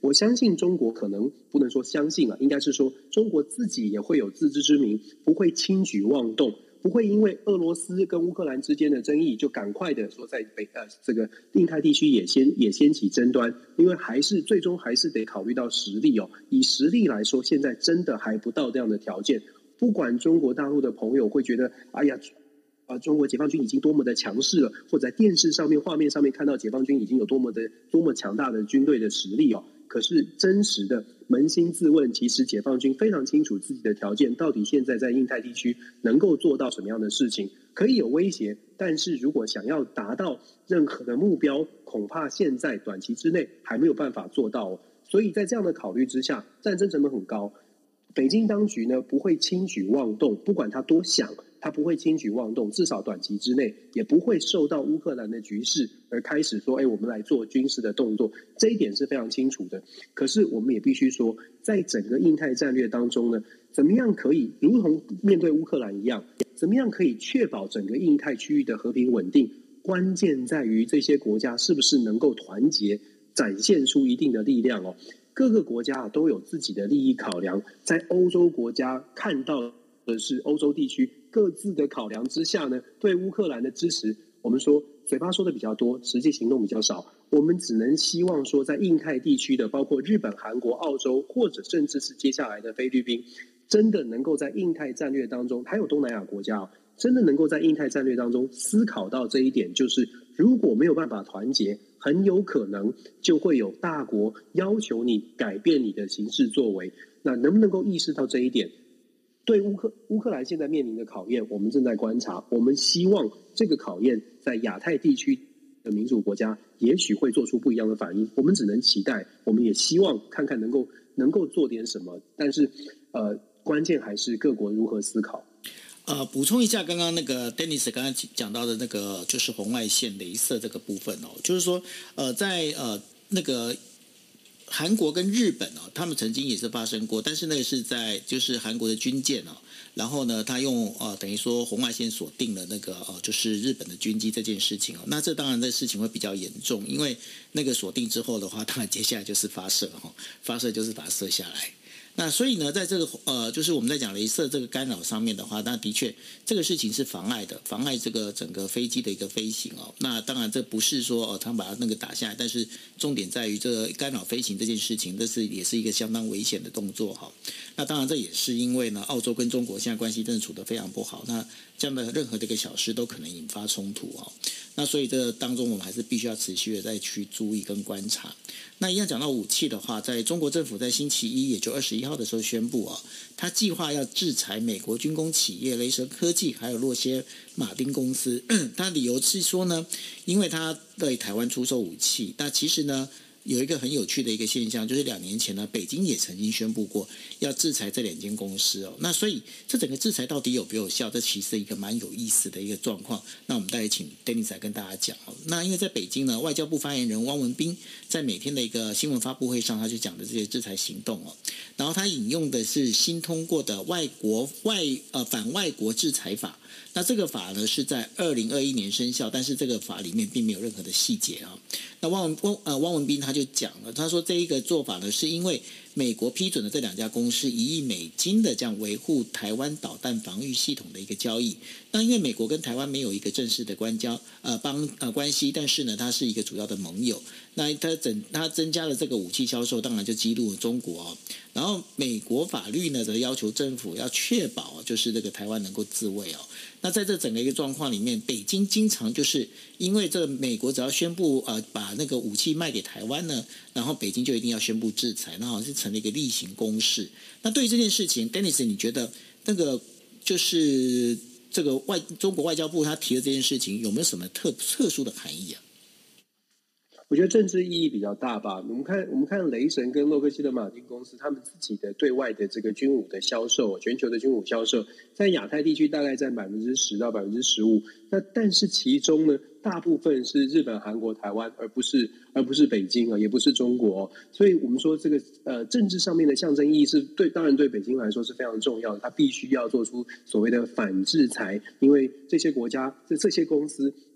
我相信中国可能不能说相信了，应该是说中国自己也会有自知之明，不会轻举妄动，不会因为俄罗斯跟乌克兰之间的争议就赶快的说在这个印太地区也掀起争端，因为最终还是得考虑到实力哦。以实力来说，现在真的还不到这样的条件。不管中国大陆的朋友会觉得，哎呀，中国解放军已经多么的强势了，或者在电视上面、画面上面看到解放军已经有多么强大的军队的实力哦。可是真实的扪心自问，其实解放军非常清楚自己的条件，到底现在在印太地区能够做到什么样的事情，可以有威胁，但是如果想要达到任何的目标，恐怕现在短期之内还没有办法做到哦。所以在这样的考虑之下，战争成本很高，北京当局呢不会轻举妄动，不管他多想，他不会轻举妄动，至少短期之内也不会受到乌克兰的局势而开始说，我们来做军事的动作，这一点是非常清楚的。可是我们也必须说，在整个印太战略当中呢，怎么样可以如同面对乌克兰一样，怎么样可以确保整个印太区域的和平稳定，关键在于这些国家是不是能够团结，展现出一定的力量哦。各个国家都有自己的利益考量，在欧洲国家看到的是欧洲地区各自的考量之下呢，对乌克兰的支持，我们说嘴巴说的比较多，实际行动比较少。我们只能希望说，在印太地区的包括日本、韩国、澳洲，或者甚至是接下来的菲律宾，真的能够在印太战略当中，还有东南亚国家真的能够在印太战略当中思考到这一点，就是如果没有办法团结，很有可能就会有大国要求你改变你的行事作为。那能不能够意识到这一点？对乌克兰现在面临的考验，我们正在观察。我们希望这个考验在亚太地区的民主国家，也许会做出不一样的反应。我们只能期待，我们也希望看看能够做点什么。但是，关键还是各国如何思考。 补充一下，刚刚那个 Dennis 刚刚讲到的那个就是红外线雷射这个部分哦，就是说在那个韩国跟日本哦，他们曾经也是发生过，但是那个是在就是韩国的军舰哦，然后呢，他用等于说红外线锁定了那个就是日本的军机这件事情哦，那这当然这事情会比较严重，因为那个锁定之后的话，当然接下来就是发射发射就是把它射下来。那所以呢，在这个就是我们在讲雷射这个干扰上面的话，那的确这个事情是妨碍这个整个飞机的一个飞行哦。那当然这不是说他们把它那个打下来，但是重点在于这个干扰飞行这件事情，也是一个相当危险的动作哈。那当然这也是因为呢，澳洲跟中国现在关系真的处得非常不好，那这样的任何的一个小事都可能引发冲突哦。那所以这当中我们还是必须要持续的再去注意跟观察。那一样讲到武器的话，在中国政府在星期一，也就21号的时候宣布他计划要制裁美国军工企业雷神科技还有洛歇马丁公司。他理由是说呢，因为他对台湾出售武器。那其实呢，有一个很有趣的一个现象，就是2年前呢，北京也曾经宣布过要制裁这2间公司哦。那所以这整个制裁到底有没有效？这其实是一个蛮有意思的一个状况。那我们再请 Dennis 来跟大家讲哦。那因为在北京呢，外交部发言人汪文斌在每天的一个新闻发布会上，他就讲的这些制裁行动哦。然后他引用的是新通过的反外国制裁法。那这个法呢是在2021年生效，但是这个法里面并没有任何的细节啊。那汪文斌他就讲了，他说这一个做法呢，是因为美国批准了这2家公司1亿美金的这样维护台湾导弹防御系统的一个交易。那因为美国跟台湾没有一个正式的关系，但是呢，它是一个主要的盟友。那它增加了这个武器销售，当然就激怒了中国哦。然后美国法律呢，则要求政府要确保就是这个台湾能够自卫哦。那在这整个一个状况里面，北京经常就是因为这美国只要宣布把那个武器卖给台湾呢，然后北京就一定要宣布制裁，那好像是成了一个例行公事。那对于这件事情 ，Dennis， 你觉得那个就是这个中国外交部他提的这件事情有没有什么特殊的含义啊？ 我觉得政治意义比较大吧。我们看雷神跟洛克希德马丁公司他们自己的对外的这个军武的销售，全球的军武销售，在亚太地区大概占10%到15%。那但是其中呢，大部分是日本、韩国、台湾，而不是北京也不是中国。所以我们说这个政治上面的象征意义是当然对北京来说是非常重要的，它必须要做出所谓的反制裁，因为这些国家这些公司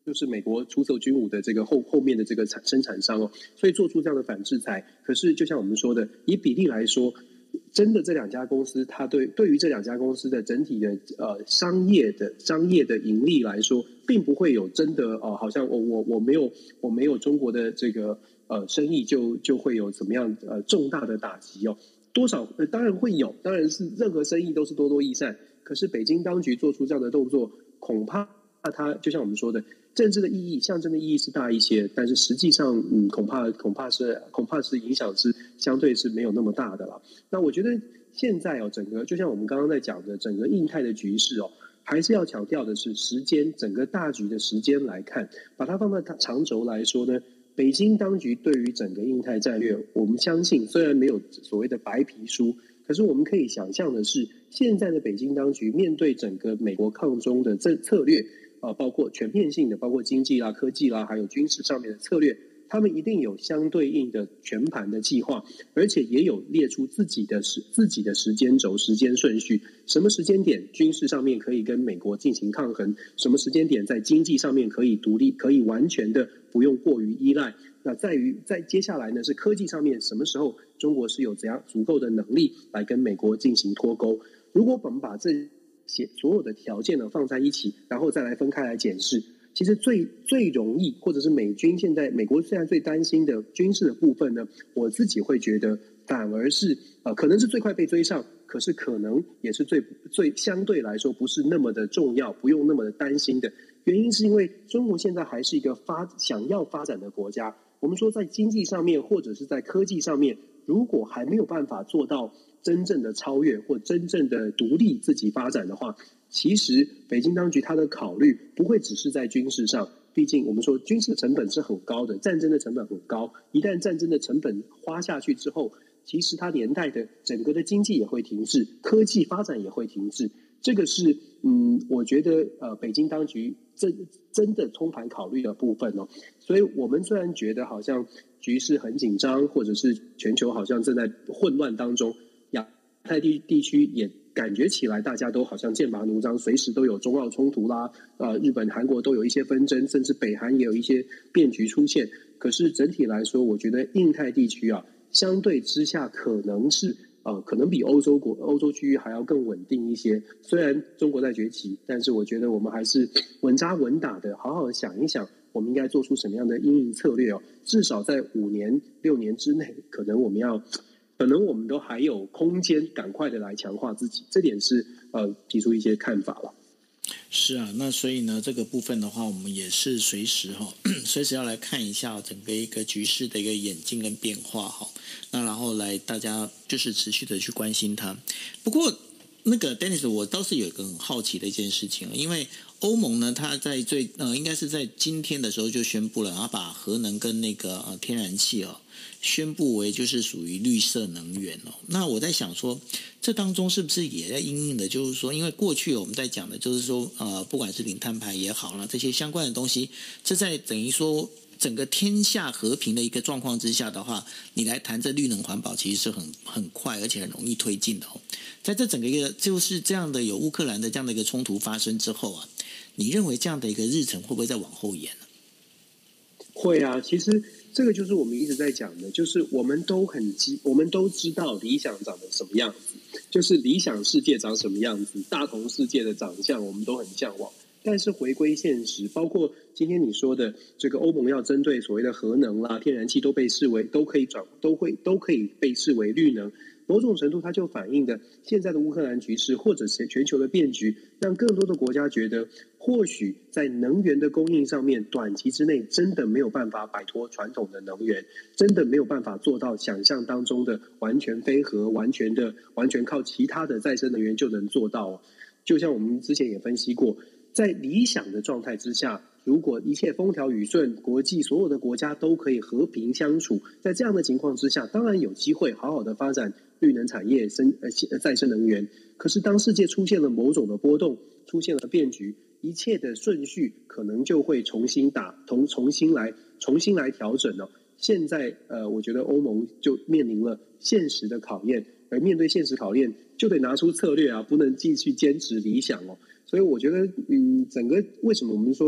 就是美国出售军武的这个后面的这个生产商哦，所以做出这样的反制裁。可是就像我们说的，以比例来说，真的这两家公司，它对于这两家公司的整体的商业的盈利来说，并不会有真的好像我没有中国的这个生意就会有怎么样重大的打击哦。多少当然会有，当然是任何生意都是多多益善。可是北京当局做出这样的动作，恐怕它就像我们说的，政治的意义、象征的意义是大一些，但是实际上，恐怕是影响是相对是没有那么大的了。那我觉得现在整个就像我们刚刚在讲的，整个印太的局势还是要强调的是时间，整个大局的时间来看，把它放在长轴来说呢。北京当局对于整个印太战略，我们相信虽然没有所谓的白皮书，可是我们可以想象的是，现在的北京当局面对整个美国抗中的策略，包括全面性的，包括经济啦、科技啦，还有军事上面的策略，他们一定有相对应的全盘的计划，而且也有列出自己的时间轴、时间顺序。什么时间点军事上面可以跟美国进行抗衡？什么时间点在经济上面可以独立，可以完全的不用过于依赖？那在接下来呢，是科技上面什么时候中国是有怎样足够的能力来跟美国进行脱钩？如果我们把这些所有的条件呢放在一起，然后再来分开来检视。其实最容易，或者是美国现在最担心的军事的部分呢，我自己会觉得反而是可能是最快被追上，可是可能也是最相对来说不是那么的重要，不用那么的担心的原因，是因为中国现在还是一个想要发展的国家。我们说在经济上面或者是在科技上面，如果还没有办法做到真正的超越或真正的独立自己发展的话，其实北京当局它的考虑不会只是在军事上，毕竟我们说军事成本是很高的，战争的成本很高，一旦战争的成本花下去之后，其实它连带的整个的经济也会停滞，科技发展也会停滞。这个是我觉得北京当局真的通盘考虑的部分哦。所以我们虽然觉得好像局势很紧张，或者是全球好像正在混乱当中，亚太地区也感觉起来大家都好像剑拔弩张，随时都有中澳冲突啦，日本、韩国都有一些纷争，甚至北韩也有一些变局出现。可是整体来说，我觉得印太地区相对之下可能比欧洲区域还要更稳定一些。虽然中国在崛起，但是我觉得我们还是稳扎稳打的，好好的想一想，我们应该做出什么样的因应策略至少在5年、6年之内，可能我们都还有空间，赶快的来强化自己。这点是提出一些看法了。 是啊，那所以呢，这个部分的话，我们也是随时要来看一下整个一个局势的一个演进跟变化那然后来大家就是持续的去关心它。不过那个 Dennis， 我倒是有一个很好奇的一件事情，因为欧盟呢，它在应该是在今天的时候就宣布了，然后把核能跟那个天然气宣布为就是属于绿色能源那我在想说，这当中是不是也在因应的，就是说，因为过去我们在讲的就是说不管是零碳排也好啦，这些相关的东西，这在等于说整个天下和平的一个状况之下的话，你来谈这绿能环保其实是很快而且很容易推进的在这整个一个就是这样的有乌克兰的这样的一个冲突发生之后你认为这样的一个日程会不会再往后延呢？ 会啊，其实这个就是我们一直在讲的，就是我们都知道理想长得什么样子，就是理想世界长什么样子，大同世界的长相我们都很向往。但是回归现实，包括今天你说的这个欧盟要针对所谓的核能啦、天然气都可以被视为绿能。某种程度，它就反映的现在的乌克兰局势，或者是全球的变局，让更多的国家觉得，或许在能源的供应上面，短期之内真的没有办法摆脱传统的能源，真的没有办法做到想象当中的完全非核、完全靠其他的再生能源就能做到。就像我们之前也分析过，在理想的状态之下，如果一切风调雨顺，国际所有的国家都可以和平相处，在这样的情况之下，当然有机会好好的发展绿能产业、再生能源。可是当世界出现了某种的波动，出现了变局，一切的顺序可能就会重新来调整了。现在我觉得欧盟就面临了现实的考验，而面对现实考验，就得拿出策略不能继续坚持理想所以我觉得整个为什么我们说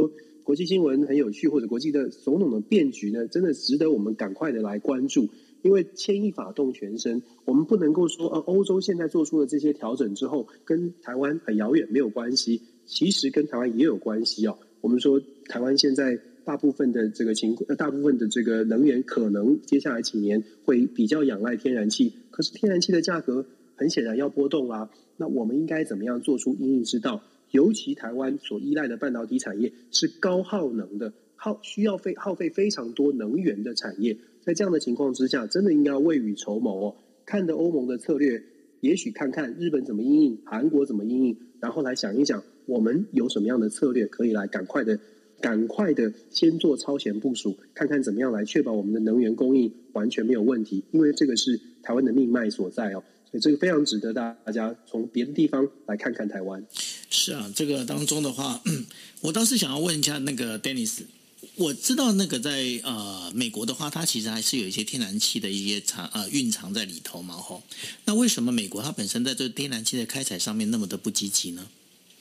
国际新闻很有趣，或者国际的种种的变局呢，真的值得我们赶快的来关注。因为牵一发动全身，我们不能够说欧洲现在做出了这些调整之后，跟台湾很遥远没有关系，其实跟台湾也有关系哦。我们说台湾现在大部分的这个能源可能接下来几年会比较仰赖天然气，可是天然气的价格很显然要波动啊。那我们应该怎么样做出因应之道？尤其台湾所依赖的半导体产业是高耗能的，需要耗费非常多能源的产业。在这样的情况之下，真的应该要未雨绸缪哦。看着欧盟的策略，也许看看日本怎么因应，韩国怎么因应，然后来想一想，我们有什么样的策略可以来赶快的先做超前部署，看看怎么样来确保我们的能源供应完全没有问题。因为这个是台湾的命脉所在哦，所以这个非常值得大家从别的地方来看看台湾。 是啊，这个当中的话，我倒是想要问一下那个 Dennis。我知道那个在美国的话，它其实还是有一些天然气的一些蕴藏在里头嘛，吼。那为什么美国它本身在这天然气的开采上面那么的不积极呢？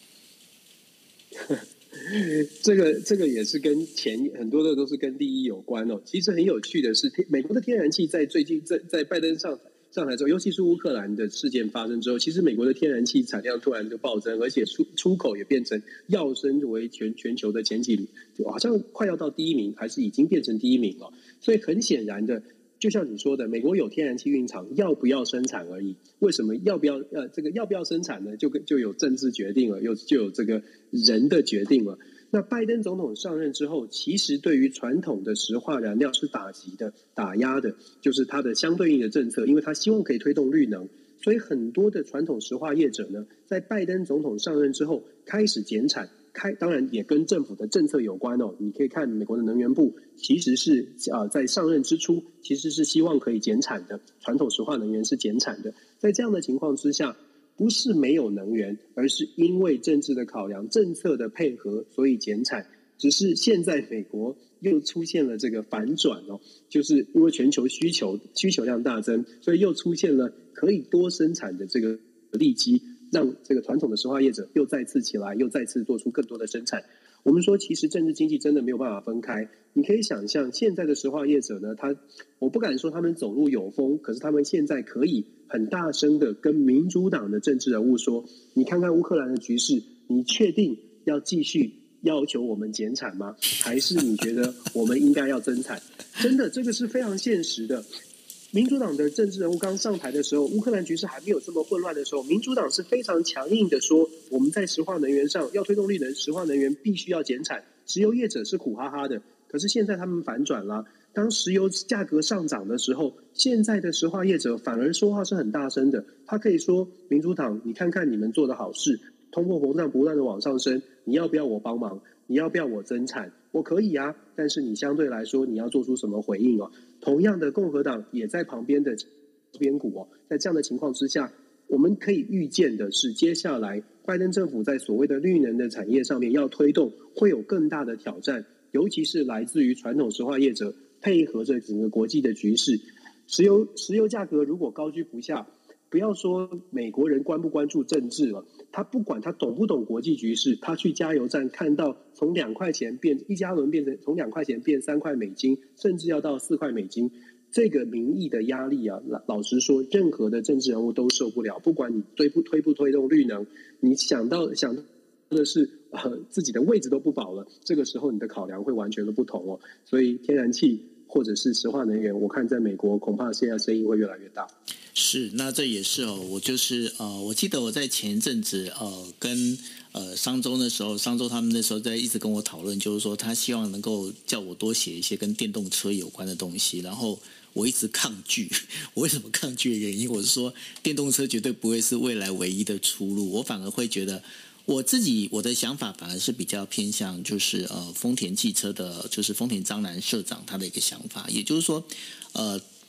这个也是跟很多的都是跟利益有关哦。其实很有趣的是，美国的天然气在最近在拜登上台之后，尤其是乌克兰的事件发生之后，其实美国的天然气产量突然就暴增，而且出口也变成跃升为全球的前几名，好像快要到第一名，还是已经变成第一名了。所以很显然的，就像你说的，美国有天然气蕴藏，要不要生产而已。为什么要不要生产呢？就有政治决定了，就有这个人的决定了。那拜登总统上任之后，其实对于传统的石化燃料是打压的，就是他的相对应的政策，因为他希望可以推动绿能，所以很多的传统石化业者呢，在拜登总统上任之后开始减产，当然也跟政府的政策有关哦。你可以看美国的能源部，其实是在上任之初，其实是希望可以减产的，传统石化能源是减产的。在这样的情况之下，不是没有能源，而是因为政治的考量、政策的配合，所以减产。只是现在美国又出现了这个反转哦，就是因为全球需求量大增，所以又出现了可以多生产的这个利基，让这个传统的石化业者又再次起来，又再次做出更多的生产。我们说，其实政治经济真的没有办法分开。你可以想象，现在的石化业者呢，我不敢说他们走路有风，可是他们现在可以很大声的跟民主党的政治人物说：“你看看乌克兰的局势，你确定要继续要求我们减产吗？还是你觉得我们应该要增产？”真的，这个是非常现实的。民主党的政治人物刚上台的时候，乌克兰局势还没有这么混乱的时候，民主党是非常强硬的说，我们在石化能源上要推动绿能，石化能源必须要减产。石油业者是苦哈哈的，可是现在他们反转了。当石油价格上涨的时候，现在的石化业者反而说话是很大声的。他可以说，民主党，你看看你们做的好事，通货膨胀不断的往上升，你要不要我帮忙？你要不要我增产？我可以啊，但是你相对来说你要做出什么回应哦？同样的，共和党也在旁边的边鼓哦。在这样的情况之下，我们可以预见的是，接下来拜登政府在所谓的绿能的产业上面要推动，会有更大的挑战，尤其是来自于传统石化业者配合着整个国际的局势。石油价格如果高居不下，不要说美国人关不关注政治了，他不管他懂不懂国际局势，他去加油站看到从2块钱一加仑变成从2块钱变3块美金，甚至要到4块美金，这个民意的压力啊，老实说，任何的政治人物都受不了。不管你推不推动绿能，你想到的是自己的位置都不保了，这个时候你的考量会完全的不同哦。所以天然气或者是石化能源，我看在美国恐怕现在声音会越来越大。 是，那这也是哦，我记得我在前一阵子跟商周的时候，商周他们那时候在一直跟我讨论，就是说他希望能够叫我多写一些跟电动车有关的东西，然后我一直抗拒。我为什么抗拒的原因，我是说电动车绝对不会是未来唯一的出路，我反而会觉得我的想法反而是比较偏向就是丰田汽车的，就是丰田章男社长他的一个想法，也就是说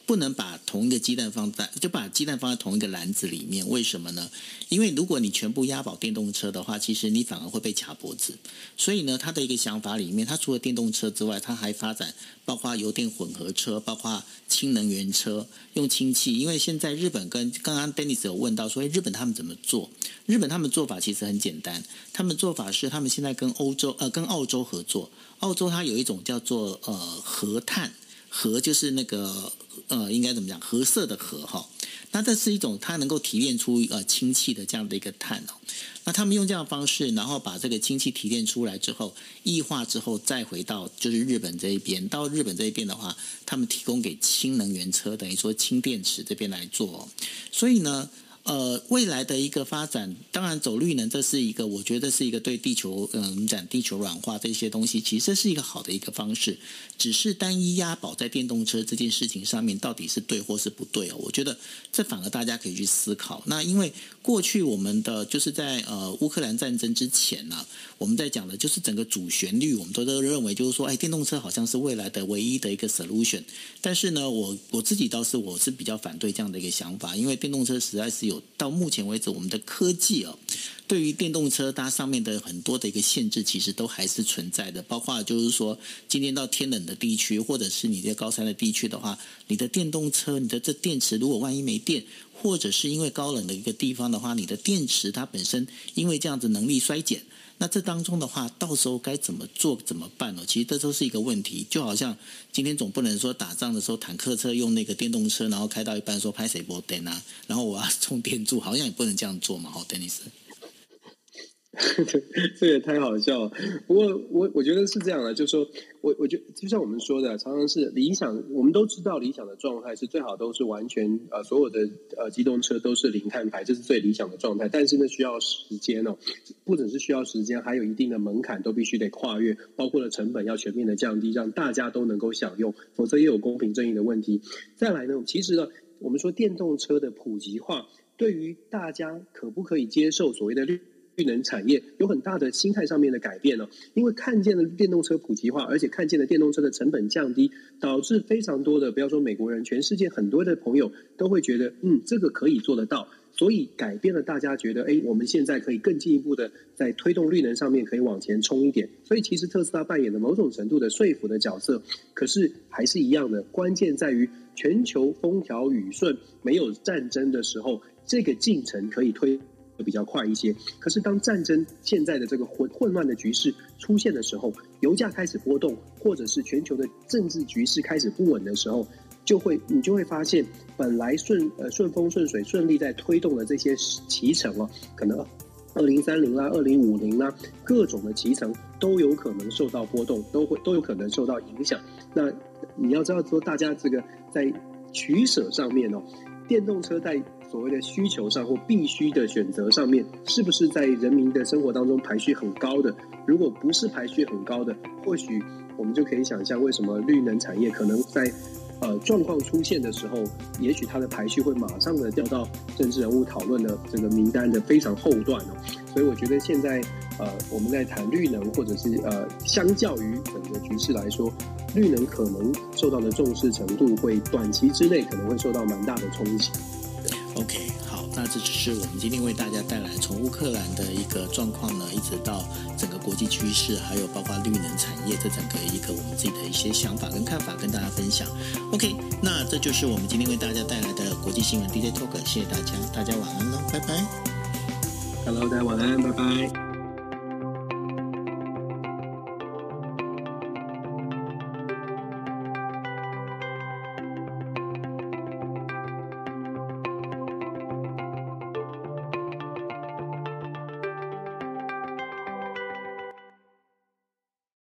不能把同一个鸡蛋放在同一个篮子里面。为什么呢？因为如果你全部押宝电动车的话，其实你反而会被卡脖子。所以呢，他的一个想法里面，他除了电动车之外，他还发展包括油电混合车，包括氢能源车，用氢气。因为现在日本跟刚刚 Dennis 有问到说，日本他们怎么做？日本他们做法其实很简单，他们做法是他们现在跟澳洲合作。澳洲它有一种叫做核碳，核就是那个应该怎么讲？核色的核哈。那这是一种它能够提炼出氢气的这样的一个碳哦。那他们用这样的方式，然后把这个氢气提炼出来之后，液化之后再回到就是日本这一边。到日本这一边的话，他们提供给氢能源车，等于说氢电池这边来做哦。所以呢，未来的一个发展，当然走绿能，这是一个我觉得是一个对地球，我们讲地球软化这些东西，其实这是一个好的一个方式。只是单一押宝在电动车这件事情上面，到底是对或是不对哦？我觉得这反而大家可以去思考。那因为过去我们的就是在乌克兰战争之前呢，我们在讲的就是整个主旋律，我们都认为就是说，电动车好像是未来的唯一的一个 solution。但是呢，我自己我是比较反对这样的一个想法，因为电动车实在是有到目前为止我们的科技对于电动车它上面的很多的一个限制，其实都还是存在的。包括就是说，今天到天冷的地区，或者是你在高山的地区的话，你的电动车，你的这电池如果万一没电，或者是因为高冷的一个地方的话，你的电池它本身因为这样子能力衰减，那这当中的话，到时候该怎么做怎么办其实这都是一个问题。就好像今天总不能说打仗的时候坦克车用那个电动车，然后开到一半说拍谁没电啊，然后我要充电柱，好像也不能这样做嘛，Dennis。 这也太好笑了。不过我觉得是这样的，就是说我觉得就像我们说的，常常是理想，我们都知道理想的状态是最好都是完全所有的机动车都是零碳排，这是最理想的状态。但是呢，需要时间不只是需要时间，还有一定的门槛都必须得跨越，包括了成本要全面的降低，让大家都能够享用，否则也有公平正义的问题。再来呢，其实呢，我们说电动车的普及化，对于大家可不可以接受所谓的绿能产业有很大的心态上面的改变因为看见了电动车普及化，而且看见了电动车的成本降低，导致非常多的不要说美国人，全世界很多的朋友都会觉得这个可以做得到，所以改变了大家觉得我们现在可以更进一步的在推动绿能上面可以往前冲一点。所以其实特斯拉扮演了某种程度的说服的角色，可是还是一样的，关键在于全球风调雨顺没有战争的时候，这个进程可以推比较快一些。可是当战争现在的这个混乱的局势出现的时候，油价开始波动，或者是全球的政治局势开始不稳的时候，你就会发现本来顺风顺水顺利在推动的这些期程可能2030啦、2050啦，各种的期程都有可能受到波动，都有可能受到影响。那你要知道说，大家这个在取舍上面电动车在所谓的需求上或必须的选择上面，是不是在人民的生活当中排序很高的？如果不是排序很高的，或许我们就可以想象，为什么绿能产业可能在状况出现的时候，也许它的排序会马上的掉到政治人物讨论的这个名单的非常后段所以我觉得现在我们在谈绿能，或者是相较于整个局势来说，绿能可能受到的重视程度会短期之内可能会受到蛮大的冲击。 OK， 好，那这就是我们今天为大家带来从乌克兰的一个状况呢，一直到整个国际趋势，还有包括绿能产业这整个一个我们自己的一些想法跟看法跟大家分享。OK， 那这就是我们今天为大家带来的国际新闻 DJ Talk， 谢谢大家，大家晚安了，拜拜。 Hello， 大家晚安，拜拜。